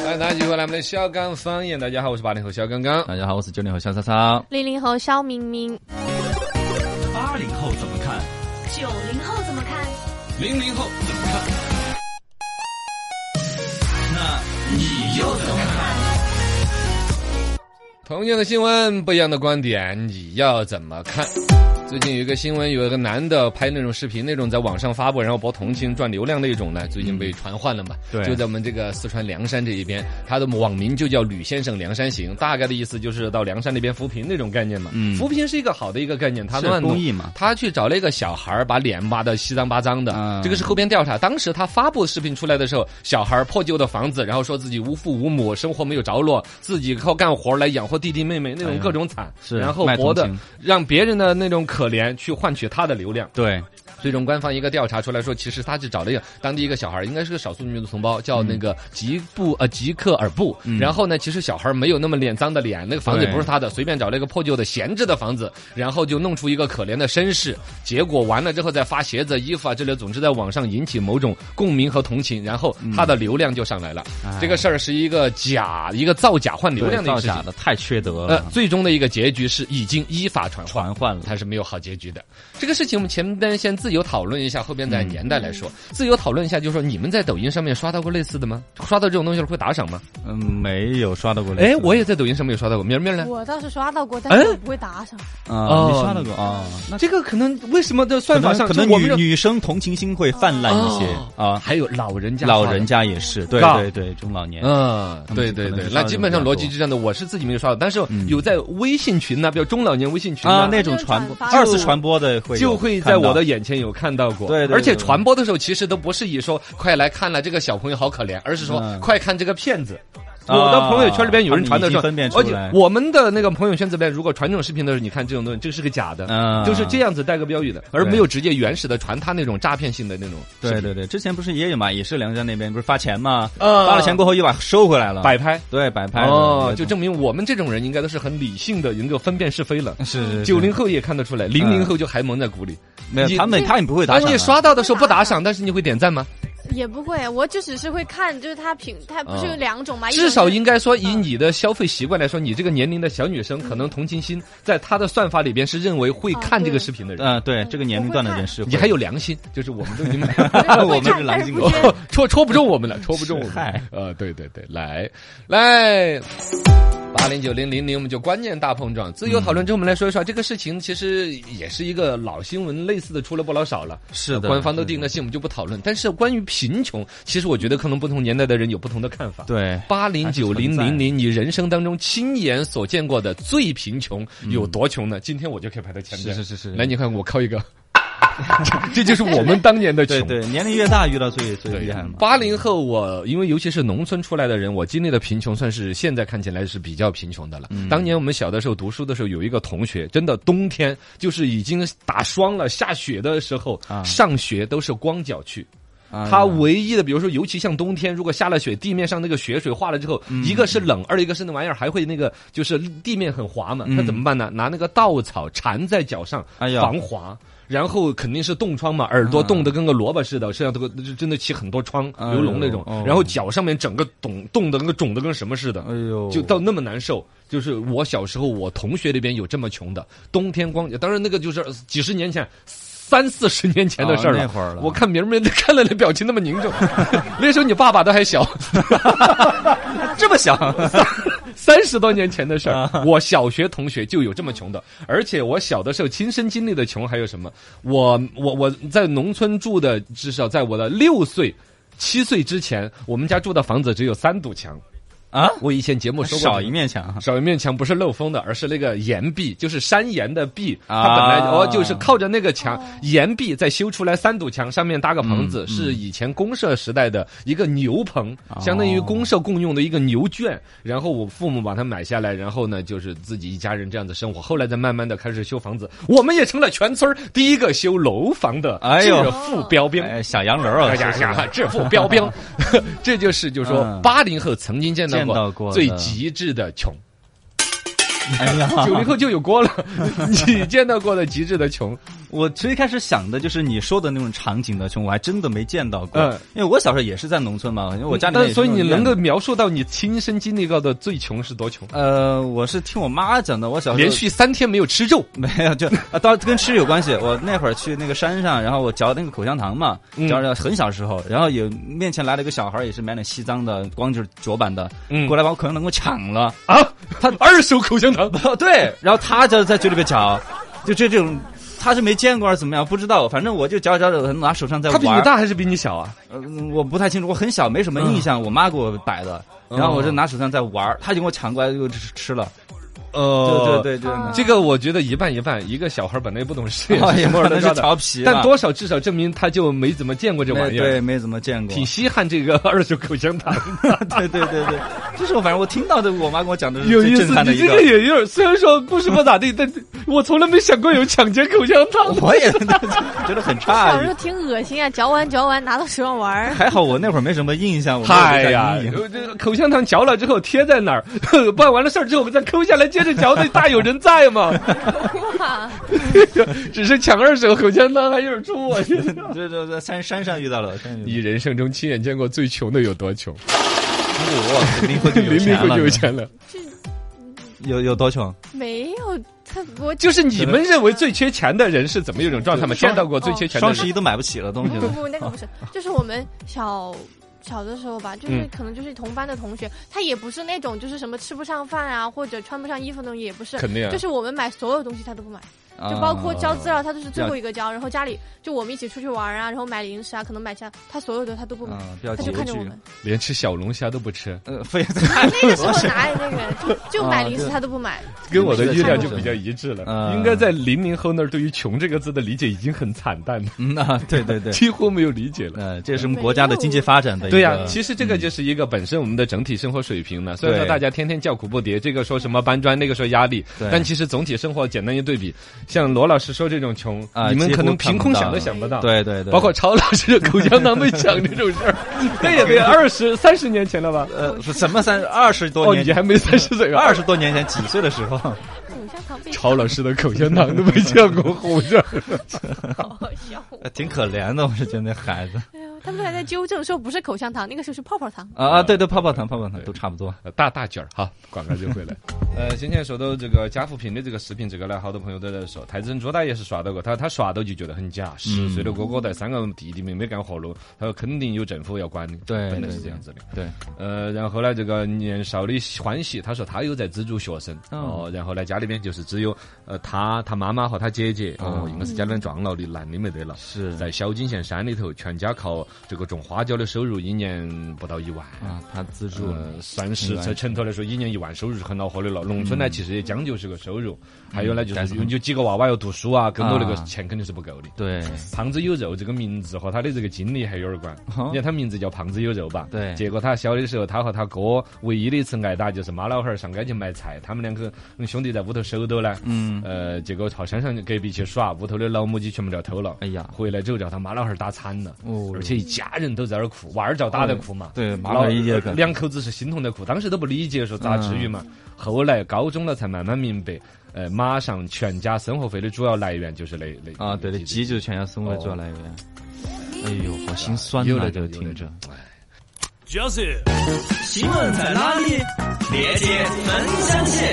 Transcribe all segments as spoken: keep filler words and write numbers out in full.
欢迎大家继续回来我们的小刚方言。大家好，我是八零后小刚刚。 大家好，我是九零后小曹操。 零零后肖明明。 八零后怎么看？ 九零后怎么看？ 零零后怎么看？ 那你又怎么看？ 同样的新闻，不一样的观点，你要怎么看？最近有一个新闻，有一个男的拍那种视频，那种在网上发布，然后博同情赚流量那种呢，最近被传唤了嘛。 对， 就在我们这个四川凉山这一边，他的网名就叫吕先生凉山行，大概的意思就是到凉山那边扶贫那种概念嘛。 嗯， 扶贫是一个好的一个概念，他是公益嘛。 他去找了一个小孩，把脸挖得稀脏巴脏的。嗯，这个是后边调查，当时他发布视频出来的时候，小孩破旧的房子，然后说自己无父无母，生活没有着落，自己靠干活来养活弟弟妹妹，那种各种惨。哎、 是， 然后博的让别人的那种可怜去换取他的流量。 对， 最终官方一个调查出来说，其实他是找了一个当地一个小孩，应该是个少数民族同胞，叫那个吉布呃吉克尔布。嗯、然后呢，其实小孩没有那么脸脏的脸，那个房子也不是他的，随便找了一个破旧的闲置的房子，然后就弄出一个可怜的身世。结果完了之后再发鞋子、衣服啊之类，总之在网上引起某种共鸣和同情，然后他的流量就上来了。嗯、这个事儿是一个假一个造假换流量的一个事情， 造假的太缺德了。 呃，最终的一个结局是已经依法传传唤了， 它是没有好结局的。这个事情我们前边先自由讨论一下，后边再年代来说。嗯、自由讨论一下，就是说你们在抖音上面刷到过类似的吗？刷到这种东西会打赏吗？ 嗯，没有刷到过类似的。 哎，我也在抖音上面有刷到过。明明呢？ 我倒是刷到过，但是我不会打赏。 啊，你刷到过啊？那这个可能为什么的算法上可能女女生同情心会泛滥一些啊？ 还有老人家， 老人家也是，对对对，中老年。 嗯，对对对，那基本上逻辑是这样的。我是自己没有刷到，但是有在微信群呢，比如中老年微信群啊，那种传播二次传播的会就会在我的眼前有看到过。 对， 而且传播的时候其实都不是以说快来看了这个小朋友好可怜，而是说快看这个骗子。我的朋友圈里边有人传的时候，而且我们的那个朋友圈这边如果传这种视频的时候，你看这种东西，这是个假的，嗯，就是这样子带个标语的，而没有直接原始的传他那种诈骗性的那种。 对对对，之前不是也有嘛，也是凉山那边不是发钱嘛，发了钱过后又把收回来了， 摆拍， 对，摆拍。 哦，就证明我们这种人应该都是很理性的，能够分辨是非了。 是， 九零后也看得出来，零零后就还蒙在鼓里。 没有，他们他们不会打赏。 你刷到的时候不打赏，但是你会点赞吗？ 也不会，我就只是会看，就是它评，它不是有两种嘛？ 至少应该说，以你的消费习惯来说，你这个年龄的小女生，可能同情心在她的算法里边是认为会看这个视频的人。 嗯，对，这个年龄段的人是。 你还有良心，就是我们都已经， 我们是良心狗， 戳戳不中我们了，戳不中我们。嗨，呃，对对对，来来。八零九零零零，我们就观念大碰撞。自由讨论之后，我们来说一说、嗯、这个事情，其实也是一个老新闻，类似的出了不老少了。 是的， 官方都定了性，我们就不讨论。但是关于贫穷，其实我觉得可能不同年代的人有不同的看法。 对， 八零九零零零，你人生当中亲眼所见过的最贫穷有多穷呢？嗯、今天我就可以排在前面。 是是是是， 来，你看我靠一个。这就是我们当年的穷。 对对，年龄越大遇到最最厉害嘛。 八零后，我因为尤其是农村出来的人，我经历的贫穷算是现在看起来是比较贫穷的了。嗯、当年我们小的时候读书的时候，有一个同学，真的冬天就是已经打霜了、下雪的时候，啊、上学都是光脚去。他唯一的，比如说，尤其像冬天，如果下了雪，地面上那个雪水化了之后，嗯、一个是冷，二一个是那玩意儿还会那个，就是地面很滑嘛，嗯、他怎么办呢？拿那个稻草缠在脚上，防滑。哎然后肯定是冻疮嘛，耳朵冻得跟个萝卜似的，身上都真的起很多疮，流脓那种。哎、然后脚上面整个冻冻得那个肿得跟什么似的，哎呦，就到那么难受。就是我小时候，我同学那边有这么穷的，冬天光，当然那个就是几十年前。三四十年前的事儿了， 哦、那会儿了。 我看明明看了那表情那么凝重，那时候你爸爸都还小， 这么小， 三十多年前的事儿。我小学同学就有这么穷的，而且我小的时候亲身经历的穷还有什么？我我我在农村住的，至少在我的六岁、七岁之前，我们家住的房子只有三堵墙。啊！我以前节目说过， 少一面墙， 少一面墙不是漏风的，而是那个岩壁，就是山岩的壁。啊、它本来哦，就是靠着那个墙、哦、岩壁再修出来三堵墙，上面搭个棚子，嗯、是以前公社时代的一个牛棚，哦、相当于公社共用的一个牛圈。然后我父母把它买下来，然后呢，就是自己一家人这样子生活。后来再慢慢的开始修房子，我们也成了全村第一个修楼房的致富标兵。 哎，小洋楼啊， 呀呀，致富标兵，这就是就是说八零后曾经见到。 见到过最极致的穷。 哎呀， 九零后就有锅了。你见到过的极致的穷？ 我最开始想的就是你说的那种场景的穷，我还真的没见到过。 嗯， 因为我小时候也是在农村嘛，因为我家里面也是但所以你能够那种描述到你亲身经历过的最穷是多穷？ 呃，我是听我妈讲的，我小时候连续三天没有吃肉。 没有就啊，当然跟吃有关系。我那会儿去那个山上，然后我嚼那个口香糖嘛，嚼着很小时候，然后有面前来了一个小孩，也是买点西藏的，光就是脚板的， 嗯过来把我口香糖给我抢了啊！他二手口香糖， 对，然后他就在嘴里边嚼，就这这种。他是没见过还是怎么样？不知道，反正我就嚼着嚼着，拿手上在玩。 他比你大还是比你小啊？ 呃，我不太清楚，我很小，没什么印象。嗯、我妈给我摆的，然后我就拿手上在玩，他就给我抢过来就吃吃了。 呃， 对对对对， 这个我觉得一半一半。一个小孩本来不懂事， 也什么人都是调皮， 但多少至少证明他就没怎么见过这玩意儿， 对，没怎么见过， 挺稀罕这个二手口香糖。 对对对对，就是反正我听到的，我妈跟我讲的是有意思。 你这个也有点，虽然说故事不咋地，但我从来没想过有抢劫口香糖。 我也觉得很差。 小时候挺恶心啊，嚼完嚼完拿到手上玩。 还好我那会儿没什么印象。 嗨呀，这个口香糖嚼了之后贴在哪儿，办完了事儿之后我们再抠下来接着嚼，那大有人在吗？只是抢二手口香糖还有点出我去。 这这在山山上遇到了。 你人生中亲眼见过最穷的有多穷？ 我零零后就有钱了，零零后就有钱了。 有有多穷？ 没有，他我就是你们认为最缺钱的人是怎么一种状态吗？见到过最缺钱的人？ 双十一都买不起了东西。 不不不，那个不是，就是我们小。小的时候吧，就是可能就是同班的同学，嗯、他也不是那种就是什么吃不上饭啊，或者穿不上衣服那种，也不是， 肯定、啊， 就是我们买所有东西他都不买，就包括交资料，他都是最后一个交，然后家里就我们一起出去玩啊，然后买零食啊，可能买下他所有的他都不买， 嗯、 他就看着我们， 连吃小龙虾都不吃， 呃，非那个时候哪有那个，就就买零食他都不买， 跟我的预料就比较一致了。嗯、应该在零零后那儿，对于“穷”这个字的理解已经很惨淡了。 嗯啊，对对对， 几乎没有理解了。 呃，这是我们国家的经济发展的一个。 对呀、啊，其实这个就是一个本身我们的整体生活水平呢。虽然说大家天天叫苦不迭，这个说什么搬砖，那个说压力，但其实总体生活简单一对比，像罗老师说这种穷， 啊、 你们可能凭空想都想不到。 对对对， 包括曹老师的口香糖被抢这种事儿，那也得二十三十年前了吧？ 呃，什么三二十多年？ 哦，你还没三十岁啊？ 二十多年前几岁的时候？ 曹老师的口香糖都被抢过红上， 好好笑， 挺可怜的，我是觉得那孩子。 哎呀，他们还在纠正说不是口香糖，那个时候是泡泡糖啊啊，对对，泡泡糖、泡泡糖都差不多， 大大卷儿哈。广告就回来。呃，先前说到这个加扶贫的这个视频，这个呢，好多朋友都在说，太子朱大爷是刷到过，他他刷到就觉得很假，十岁的哥哥带三个弟弟妹妹干活路，他说肯定有政府要管的， 对， 本来是这样子的， 对。 呃，然后呢，这个年少的欢喜，他说他有在资助学生，哦，然后呢，家里边就是只有呃他他妈妈和他姐姐，哦，应该是家里面壮老的，男的没得了， 是在小金县山里头，全家靠这个种花椒的收入，一年不到一万啊，他资助， 呃，算是在城头来说，一年一万收入是很恼火的了。农村呢，其实也将就是个收入，还有呢，就是有几个娃娃要读书啊，更多那个钱肯定是不够的。 对， 胖子有肉这个名字和他的这个经历还有点关。你看他名字叫胖子有肉吧？ 对。 结果他小的时候，他和他哥唯一的一次挨打就是妈老汉儿上街去买菜，他们两个兄弟在屋头守到呢。嗯。呃，结果朝山上隔壁去耍，屋头的老母鸡全部都偷了。哎呀！回来之后叫他妈老汉儿打惨了。哦。而且一家人都在那儿哭，娃儿叫打的哭嘛。 对，妈老一个。 两口子是心痛的哭，当时都不理解说咋至于嘛。后来高中了才慢慢明白，呃，马上全家生活费的主要来源就是那那啊，对的，鸡就是全家生活主要来源。哎呦，好心酸啊！这个听着。 就是新闻在哪里？链接分享起。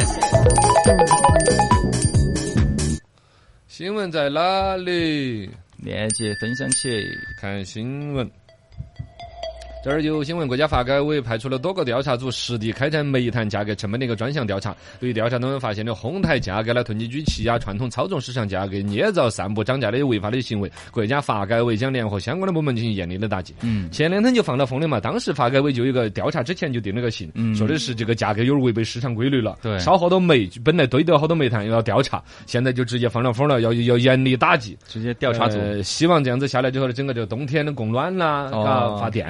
新闻在哪里？ 链接分享起。 看新闻。这儿有新闻，国家发改委派出了多个调查组实地开展煤炭价格成本的一个专项调查。对于调查，他们发现了哄抬价格、来囤积居奇啊、传统操纵市场价格、捏造、散布涨价的违法的行为。国家发改委将联合相关的部门进行严厉的打击。嗯，前两天就放了风了嘛，当时发改委就有一个调查之前就定了个性，嗯、说的是这个价格有点违背市场规律了。 对， 烧好多煤，本来堆得好多煤炭要调查，现在就直接放了风了，要要严厉打击。 直接调查组、 呃，希望这样子下来之后呢，整个这个冬天的供暖啦、哦、啊发电啦这些不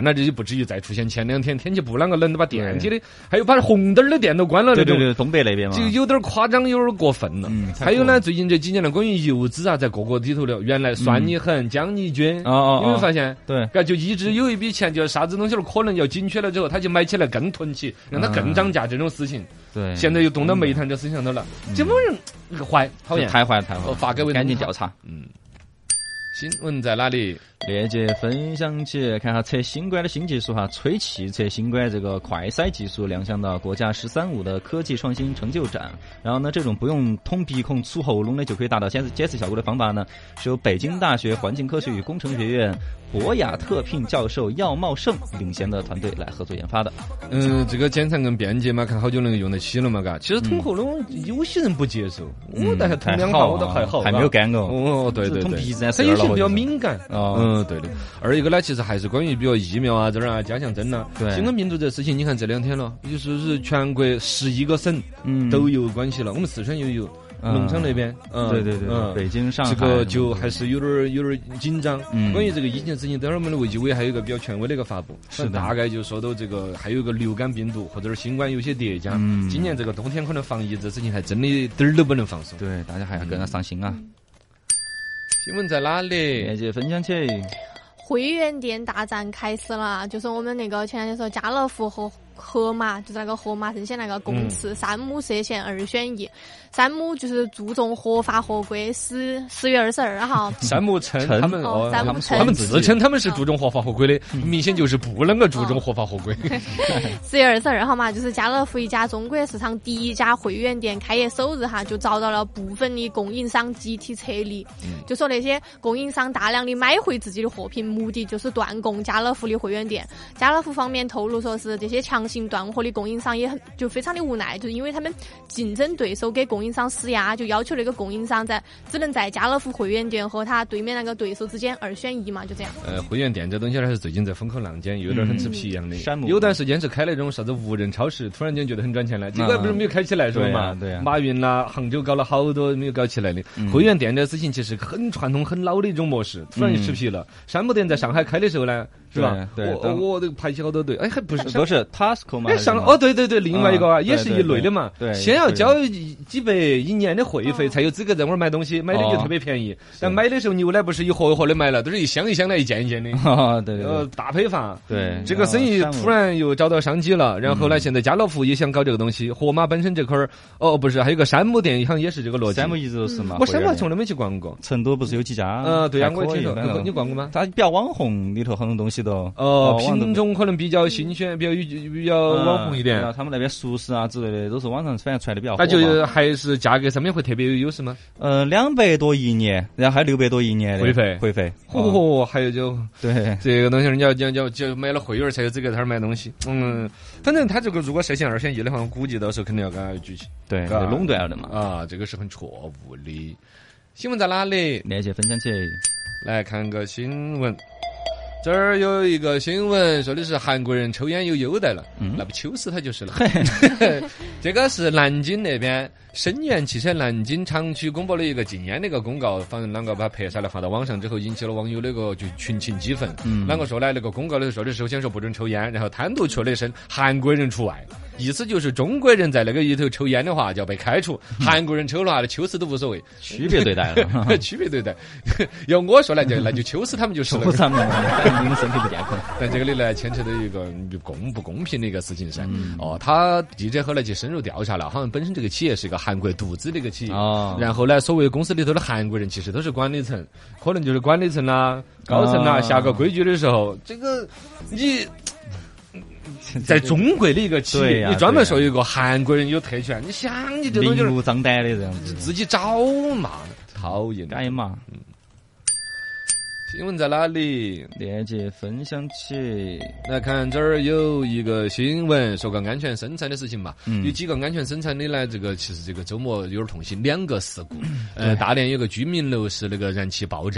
至于再出现前两天天气不啷个冷，把电梯的还有把红灯儿的电都关了那种。 对对对，东北那边嘛， 就有点夸张，有点过分了。 嗯， 还有呢，最近这几年呢，关于油脂啊，在各个里头了，原来酸你狠，将你捐， 哦哦， 有没有发现？ 对， 嘎就一直有一笔钱，就啥子东西儿可能要紧缺了之后，他就买起来更囤起，让它更涨价这种事情。 对， 现在又动到煤炭这思想头了，这帮人那个坏，讨厌， 太坏太坏， 发改委赶紧调查。 嗯，新闻在哪里？ 链接分享起，看下测新冠的新技术哈，吹气测新冠这个快筛技术亮相到国家“十三五”的科技创新成就展。然后呢，这种不用通鼻孔、粗喉咙的就可以达到检测检测效果的方法呢，是由北京大学环境科学与工程学院博雅特聘教授药茂胜领衔的团队来合作研发的。 嗯，这个检查跟便捷嘛，看好久能用得起了嘛？嘎，其实通喉咙有些人不接受， 嗯、 我倒还通两下我都还好， 还没有干哦。 哦，对对对， 通鼻子它有些比较敏感。 哦， 嗯，对的。二一个呢，其实还是关于比如疫苗啊这儿啊，加强针啊。 对。 新冠病毒这事情，你看这两天了，也就是是全国十一个省嗯都有关系了。我们四川也有。农场那边，嗯， 对对对，嗯，北京、上海， 这个就还是有点儿有点儿紧张。 嗯， 关于这个疫情事情，等会儿我们的卫计委还有一个比较权威的一个发布， 是的， 大概就说到这个还有一个流感病毒或者是新冠有些叠加。 嗯， 今年这个冬天可能防疫这事情还真的点儿都不能放松。 对，大家还要跟着上心啊。 新闻在哪里？ 链接分享起。 会员店大战开始了，就是我们那个前两天说家乐福和盒马，就是那个盒马生鲜那个公司，嗯、山姆涉嫌二选一。山姆就是注重合法合规，十十月二十二号。 山姆称他们哦，山姆称他们自称他们是注重合法合规的，嗯、明显就是不能够注重合法合规。 十月二十二号嘛，就是家乐福一家中国市场第一家会员店开业首日哈，就遭到了部分的供应商集体撤离，嗯、就说那些供应商大量的买回自己的货品，目的就是断供家乐福的会员店。家乐福方面透露说是这些强行断货的供应商也很就非常的无奈，就是因为他们竞争对手给供应商施压，就要求那个供应商在只能在家乐福会员店和他对面那个对手之间二选一嘛，就这样。 呃，会员店这东西还是最近在风口浪尖，有点很吃皮一样的。 嗯、 有段时间是开那种啥子无人超市，突然间觉得很赚钱了，结果不是没有开起来是嘛？ 对呀、啊， 马云啦、杭州搞了好多没有搞起来的。 嗯、 会员店这事情其实很传统、很老的一种模式，突然就吃皮了。山姆店在上海开的时候呢，是吧？ 对， 我我都排起好多队，哎，还不是都是 Tasco 嘛？ 哎，上哦，对对对，另外一个啊，也是一类的嘛。 对， 先要交几百一年的会费，才有资格在我儿买东西，买的就特别便宜。但买的时候牛奶不是一盒一盒的买了，都是一箱一箱的、一件一件的。 啊，对对， 呃，大批发。 对， 这个生意突然又找到商机了。然后呢，现在家乐福也想搞这个东西。盒马本身这块儿，哦，不是，还有个山姆店，好像也是这个逻辑。 山姆一直都是嘛。 我山姆从来没去逛过。 成都不是有几家？ 呃，对呀，我也听说。你逛过吗？ 它比较网红，里头很多东西都。 哦，品种可能比较新鲜，比较比较网红一点。 他们那边熟食啊之类的，都是网上反正传的比较火。 那就还是价格上面会特别有优势吗？ 呃，两百多一年，然后还六百多一年的会费， 会费。 哦，还有就对这个东西，人家就就就买了会员才有资格在那儿买东西。嗯，反正他这个如果实现二选一的话，我估计到时候肯定要跟他举起。 对，垄断了的嘛。 啊，这个是很错误的。新闻在哪里？ 链接分享起。 来看个新闻。这儿有一个新闻说的是韩国人抽烟有优待了，嗯、那不糗死他就是了。这个是南京那边深源汽车南京厂区公布了一个禁烟的一个公告，反正啷个把拍下来发到网上之后，引起了网友那个就群情激愤。嗯，啷个说呢？那个公告里说的首先说不准抽烟，然后单独说了一声韩国人除外，意思就是中国人在那个里头抽烟的话就要被开除，韩国人抽了的糗死都无所谓， 区别对待了， 区别对待。要我说来就那就糗死他们就是了。 你们身体不健康， 但这个里呢牵扯到一个公不公平的一个事情噻。嗯、哦，他记者后来就深入调查了，好像本身这个企业是一个韩国独资的一个企业。哦，然后呢，所谓公司里头的韩国人其实都是管理层，可能就是管理层啦、高层啦，下个规矩的时候，这个你。在中国的一个企业， 啊、 你专门说一个韩国人有特权，你想你这东西明目张胆的这样子， 自己找嘛，讨厌， 该嘛。 嗯。新闻在哪里？ 链接分享起。 来看这儿有一个新闻，说个安全生产的事情嘛。嗯、有几个安全生产的呢，这个其实这个周末有点痛心，两个事故。呃，大连有个居民楼是那个燃气爆炸。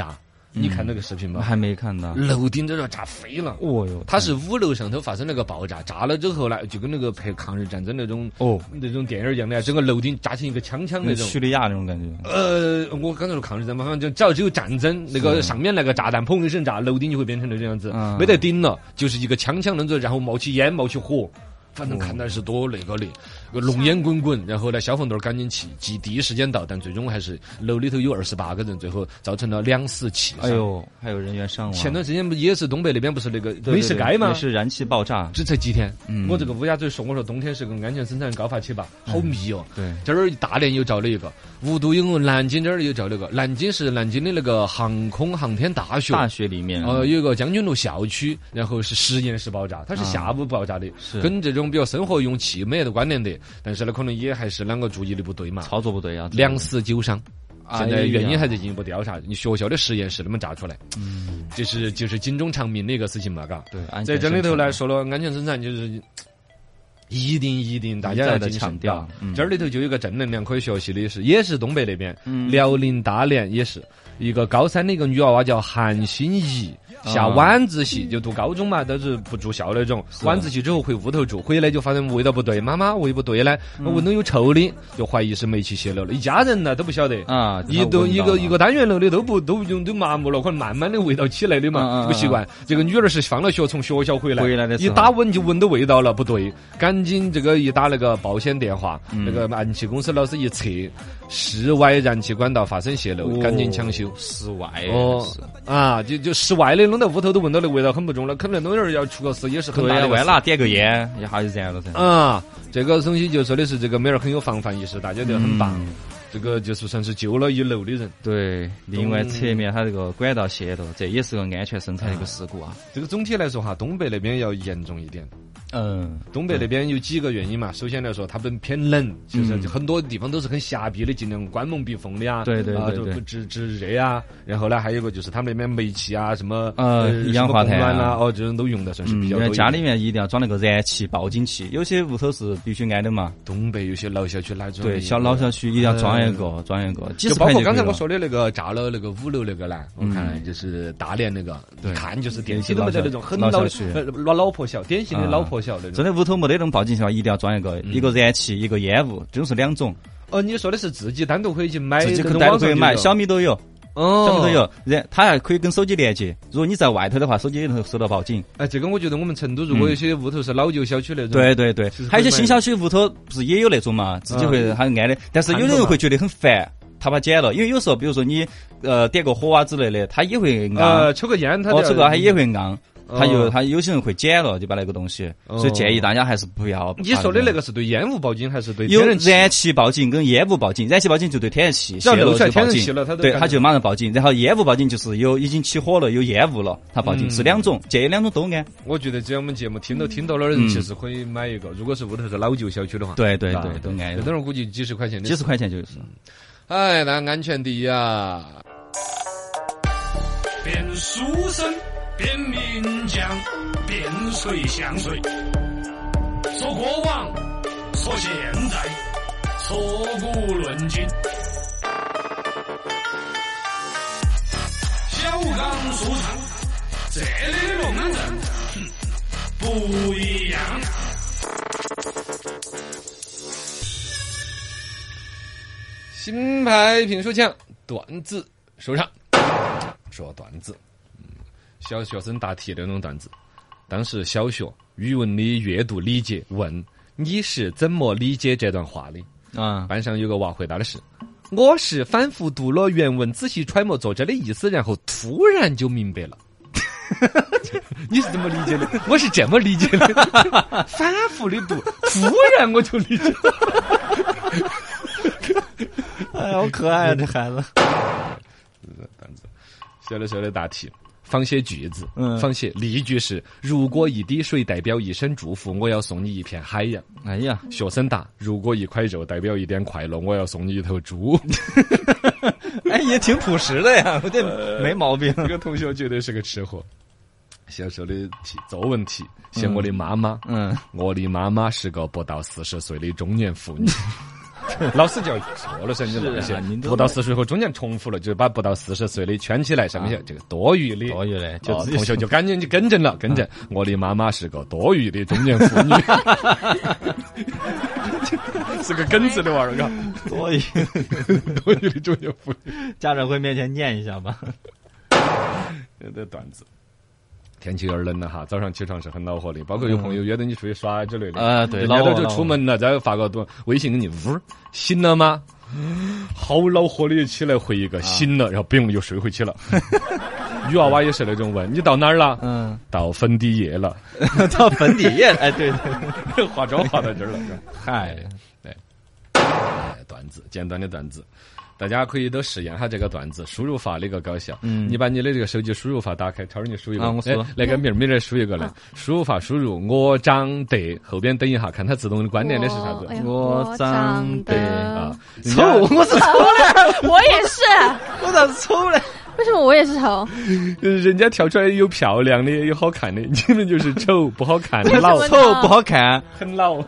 你看那个视频吗？ 还没看到。 楼顶这要炸飞了。 哦哟， 它是五楼上头发生了个爆炸，炸了之后呢，就跟那个拍抗日战争那种哦那种电影一样的，整个楼顶炸成一个枪枪那种。 叙利亚那种感觉。 呃，我刚才说抗日战争，反正就只要只有战争，那个上面那个炸弹砰一声炸，楼顶就会变成那个样子， 嗯、 没得顶了，就是一个枪枪那种，然后冒起烟，冒起火。反正看来是多那个的，浓烟滚滚，然后呢，消防队赶紧去，即第一时间到，但最终还是楼里头有二十八个人，最后造成了两死七伤。 哎呦，还有人员伤亡。 前段时间不也是东北那边不是那个美食街吗？ 也是燃气爆炸， 这才几天。 嗯、 我这个乌鸦嘴说，我说冬天是个安全生产高发期吧，好密哦。 对， 这儿大连又着了一个，无独有偶，南京这儿又着了一个。南京是南京的那个航空航天大学， 大学里面， 呃，有一个将军路校区，然后是实验室爆炸，它是下午爆炸的， 是跟这种比较生活用气没得关联的，但是呢，可能也还是两个注意力不对嘛， 操作不对啊， 两死九伤。 哎、 现在原因还在进一步调查，你学校的实验室那么炸出来， 嗯， 这是就是警钟长鸣的一个事情嘛，嘎。 对， 在这里头来说了，安全生产就是一定一定大家要的强调。 嗯、这里头就有一个正能量可以学习的是，也是东北那边， 嗯、 辽宁大连也是一个高三的一个女娃娃叫韩欣怡。下晚自习就读高中嘛，都是不住校那种。晚自习之后回屋头住，回来就发现味道不对，妈妈味不对呢，闻到有臭的，就怀疑是煤气泄漏了。一家人呢都不晓得啊， 一都一个一个单元楼的都不都用都麻木了，可能慢慢的味道起来的嘛，这个习惯。这个女儿是放了学从学校回来， 回来的一打闻就闻到味道了，不对，赶紧这个一打那个保险电话，那个燃气公司老师一测，室外燃气管道发生泄漏，赶紧抢修。 室外哦啊，就就室外的弄到屋头都闻到的味道很不重了，可能那人要出个事也是很大的。 对，外哪点个烟一下就燃了噻。 啊，这个东西就说的是这个妹儿很有防范意识，大家都很棒。嗯、这个就是算是救了一楼的人。 对，另外侧面它这个管道泄漏，这也是个安全生产的一个事故啊。 这个总体来说哈，东北那边要严重一点。 嗯， 东北那边有几个原因嘛？首先来说，它们偏冷，就是很多地方都是很狭闭的，尽量关门闭缝的呀。 对对对对， 不制制热啊。然后呢，还有一个就是他们那边煤气啊，什么呃一氧化碳啊，哦，这种都用的算是比较多。 嗯，家里面一定要装那个燃气报警器，有些屋头是必须安的嘛。 东北有些老小区来装。 对，小老小区一定要装一个，装一个。 就包括刚才我说的那个炸了那个五楼那个呢，我看就是大连那个，一看就是电梯都没得那种很老的老老破小，典型的老破小那种。 真的屋头没得那种报警器的话，一定要装一个，一个燃气，一个烟雾，这种是两种。 哦，你说的是自己单独可以去买， 自己单独可以买，小米都有。 哦， 小米都有，然它还可以跟手机连接。如果你在外头的话，手机也能收到报警。 哎，这个我觉得我们成都如果有些屋头是老旧小区那种， 对对对，还有些新小区屋头不是也有那种嘛，自己会很安的。但是有的人会觉得很烦。他把剪了，因为有时候比如说你呃点个火啊之类的，他也会昂。 呃，抽个烟，他哦，抽个他也会昂。他有他有些人会剪了，就把那个东西，所以建议大家还是不要。 你说的那个是对烟雾报警还是对有燃气报警跟烟雾报警？燃气报警就对天然气泄漏就报警，对，他就马上报警。然后烟雾报警就是有已经起火了，有烟雾了，他报警是两种，建议两种都安。 我觉得只要我们节目听到听到了的人，其实可以买一个。如果是屋头是老旧小区的话， 对对对，都安。 这等会儿估计几十块钱的， 几十块钱就是。 哎，那安全第一啊！ 变书生，变名将，变谁像谁？说过往，说现在，错古论今。小刚书场，这里的龙门阵不一样。 新派评书奖段子收场。说段子，嗯，小学生答题的那种段子。当时小学语文的阅读理解问你是怎么理解这段话的？ 啊， 班上有个娃回答的是：我是反复读了原文，仔细揣摩作者的意思，然后突然就明白了。你是怎么理解的？我是这么理解的，反复的读，突然我就理解了。 哎呀，好可爱啊，这孩子。 小的时候的答题，仿写句子， 嗯， 仿写例句是：如果一滴水代表一声祝福，我要送你一片海洋。 哎呀， 学生答：如果一块肉代表一点快乐，我要送你一头猪。 哎，也挺朴实的呀，我这没毛病。 这个同学绝对是个吃货。小时候的题，作文题，写我的妈妈。 嗯， 我的妈妈是个不到四十岁的中年妇女。 老师就说了噻，你那些不到四十岁后中间重复了，就是把不到四十岁的圈起来，上面写这个多余的， 多余的，就同学就赶紧就更正了，更正，我的妈妈是个多余的中年妇女，是个耿直的娃儿，嘎， 多余多余的中年妇女， 家长会面前念一下吧。 这段子。天气有点冷了哈，早上起床是很恼火的，包括有朋友约着你出去耍之类的。 啊、嗯，对， 人家都就出门了，再发个短微信给你，呜，醒了吗？好恼火的起来回一个、啊、醒了，然后不用又睡回去了。女娃娃也是那种问你到哪儿了？嗯，到粉底液了， 到粉底液，哎，对对， 化妆化到这儿了， 嗨， 对，段子，简单的段子。大家可以都试验下这个段子输入法那个搞笑。嗯，你把你的这个手机输入法打开，超儿你输一个。啊， 我输。 来个名儿，没人输一个来。啊、输入法输入我长得，后边等一下看它自动关联的是啥子。 我长得啊， 丑，我是丑的，我也是， 我咋是丑嘞？ 为什么我也是丑？ 人家跳出来有漂亮的，有好看的，你们就是丑不好看， 老丑不好看， 很老。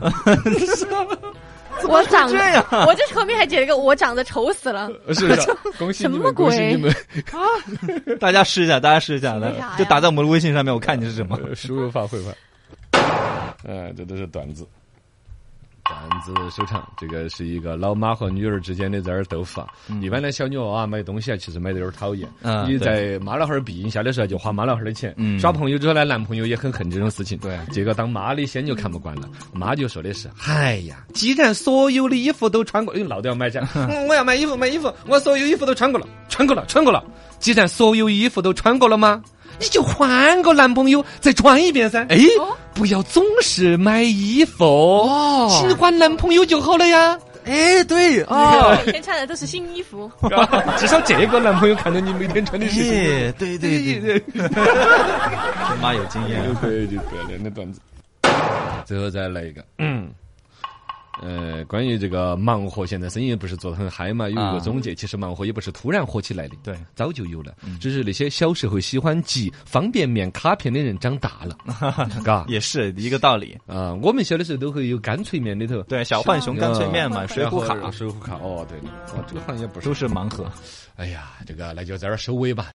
我长这样，我这后面还接了个我长得丑死了， 是不是？恭喜你们，恭喜你们啊！大家试一下，大家试一下，来，就打在我们的微信上面，我看你是什么。 输入法会吧？呃，这都是段子。段子收场，这个是一个老妈和女儿之间的在这儿斗法。嗯、一般的小女娃买东西啊，其实买的有点讨厌。嗯、你在妈老汉儿庇荫下的时候，就花妈老汉儿的钱。嗯、耍朋友之后呢，男朋友也很恨这种事情。对，结果当妈的先就看不惯了。妈就说的是：“哎呀，既然所有的衣服都穿过，因为老都要买家、嗯，我要买衣服，买衣服，我所有衣服都穿过了，穿过了，穿过了。既然所有衣服都穿过了吗？你就换个男朋友再穿一遍噻。哎。哦，不要总是买衣服哦，新换男朋友就好了呀。 哎，对啊， 每天穿的都是新衣服， 至少这个男朋友看到你每天穿的是新衣服。 哎，对对对，这妈有经验， 对对对，那段子。最后再来一个，嗯。呃，关于这个盲盒，现在生意不是做得很嗨嘛？有一个总结，其实盲盒也不是突然火起来的，对，早就有了，嗯、只是那些小时候喜欢集方便面卡片的人长大了，嘎， 也是一个道理啊、呃。我们小的时候都会有干脆面里头， 对，小浣熊干脆面嘛，水浒卡， 水浒卡，哦，对的，哦，这个好像也不是， 都是盲盒。 哎呀，这个那就在这儿收尾吧。